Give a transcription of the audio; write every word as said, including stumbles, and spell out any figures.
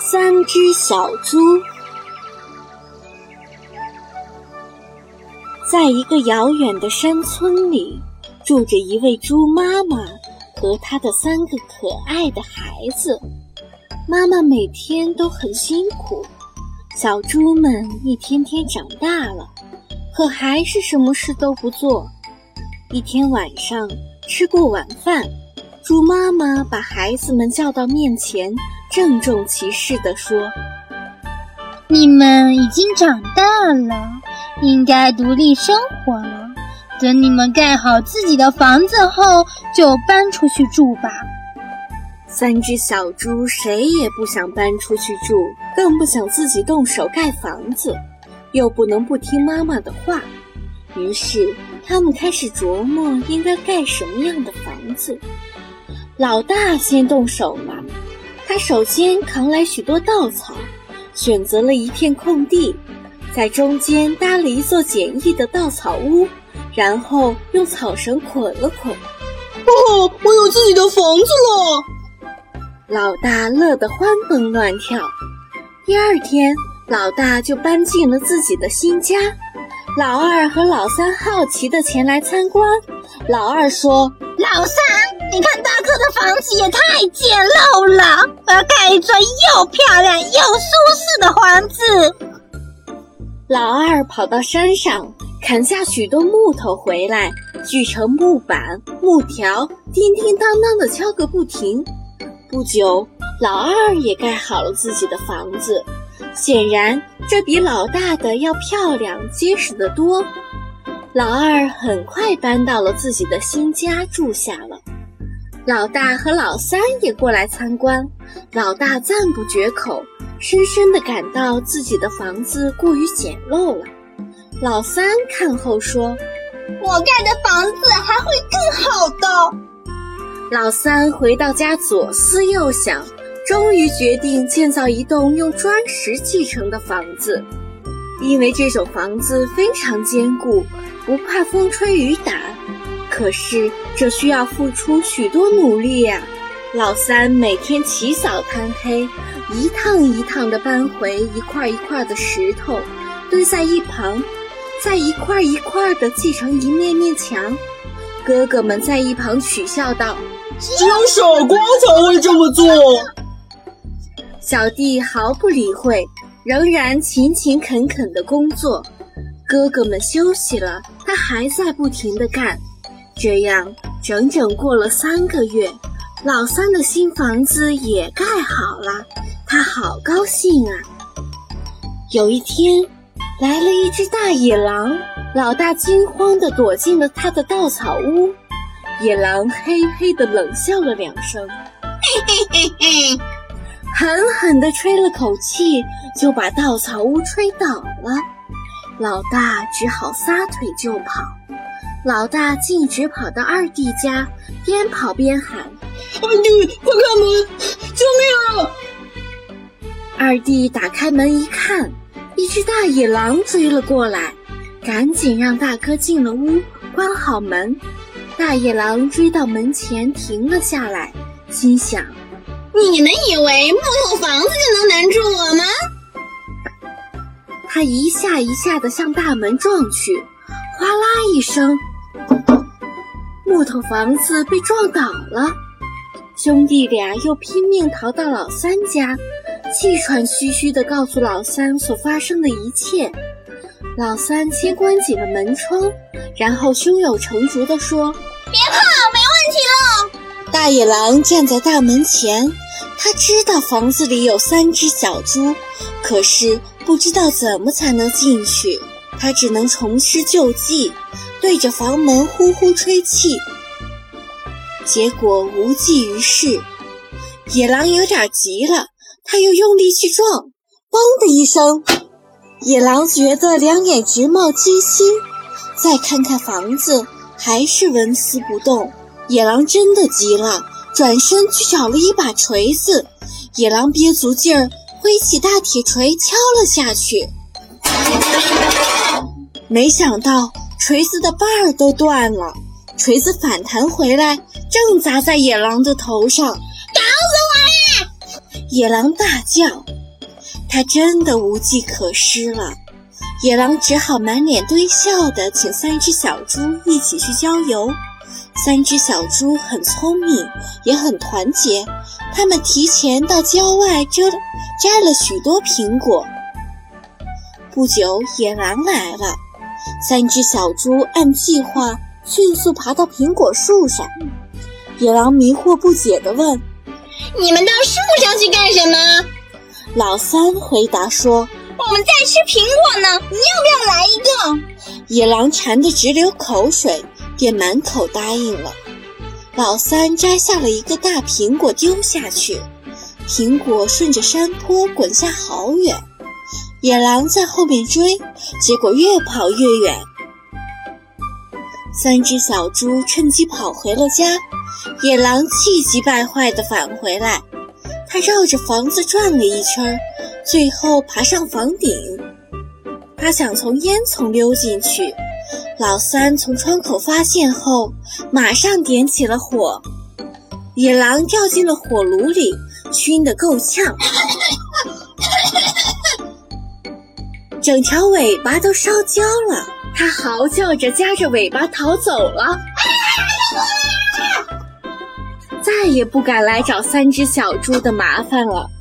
三只小猪。在一个遥远的山村里，住着一位猪妈妈和她的三个可爱的孩子。妈妈每天都很辛苦，小猪们一天天长大了，可还是什么事都不做。一天晚上，吃过晚饭，猪妈妈把孩子们叫到面前，郑重其事地说： 你们已经长大了，应该独立生活了。等你们盖好自己的房子后，就搬出去住吧。 三只小猪谁也不想搬出去住，更不想自己动手盖房子，又不能不听妈妈的话。于是他们开始琢磨应该盖什么样的房子。老大先动手了，他首先扛来许多稻草，选择了一片空地，在中间搭了一座简易的稻草屋，然后用草绳捆了捆。 哦，我有自己的房子了！ 老大乐得欢蹦乱跳。第二天，老大就搬进了自己的新家。老二和老三好奇地前来参观。老二说： 老三，你看大哥的房子也太简陋了，我要盖一座又漂亮又舒适的房子。 老二跑到山上，砍下许多木头回来，锯成木板、木条，叮叮当当地敲个不停。不久，老二也盖好了自己的房子，显然这比老大的要漂亮结实得多。老二很快搬到了自己的新家住下了。老大和老三也过来参观，老大赞不绝口，深深地感到自己的房子过于简陋了。老三看后说： 我盖的房子还会更好的。 老三回到家左思右想，终于决定建造一栋用砖石砌成的房子。因为这种房子非常坚固，不怕风吹雨打，可是这需要付出许多努力呀。老三每天起早贪黑，一趟一趟地搬回一块一块的石头，堆在一旁，再一块一块地砌成一面面墙。哥哥们在一旁取笑道： 只有傻瓜才会这么做。 小弟毫不理会，仍然勤勤恳恳地工作。哥哥们休息了，他还在不停地干。这样整整过了三个月，老三的新房子也盖好了，他好高兴啊。有一天，来了一只大野狼，老大惊慌地躲进了他的稻草屋。野狼嘿嘿地冷笑了两声，嘿嘿嘿嘿，狠狠地吹了口气，就把稻草屋吹倒了。老大只好撒腿就跑。老大径直跑到二弟家，边跑边喊： 二弟，快开门，救命啊！ 二弟打开门一看，一只大野狼追了过来，赶紧让大哥进了屋，关好门。大野狼追到门前停了下来，心想： 你们以为木头房子就能难住我吗？ 他一下一下地向大门撞去，哗啦一声，木头房子被撞倒了。兄弟俩又拼命逃到老三家，气喘吁吁地告诉老三所发生的一切。老三先关紧了门窗，然后胸有成竹地说： 别怕，没问题了。 大野狼站在大门前，他知道房子里有三只小猪，可是不知道怎么才能进去。他只能重施旧计，对着房门呼呼吹气，结果无济于事。野狼有点急了，他又用力去撞，嘣的一声，野狼觉得两眼直冒金星，再看看房子，还是纹丝不动。野狼真的急了，转身去找了一把锤子。野狼憋足劲儿，挥起大铁锤敲了下去，没想到锤子的把儿都断了，锤子反弹回来，正砸在野狼的头上。 打死我呀！ 野狼大叫， 他真的无计可施了。野狼只好满脸堆笑地请三只小猪一起去郊游。三只小猪很聪明，也很团结，他们提前到郊外摘摘了许多苹果。不久，野狼来了，三只小猪按计划迅速爬到苹果树上。野狼迷惑不解地问：“ 你们到树上去干什么？” 老三回答说：“ 我们在吃苹果呢，你要不要来一个？” 野狼馋得直流口水，便满口答应了。老三摘下了一个大苹果丢下去，苹果顺着山坡滚下好远。野狼在后面追，结果越跑越远。三只小猪趁机跑回了家，野狼气急败坏地返回来。他绕着房子转了一圈，最后爬上房顶。他想从烟囱溜进去，老三从窗口发现后，马上点起了火。野狼掉进了火炉里，熏得够呛，整条尾巴都烧焦了。他嚎叫着夹着尾巴逃走了，再也不敢来找三只小猪的麻烦了。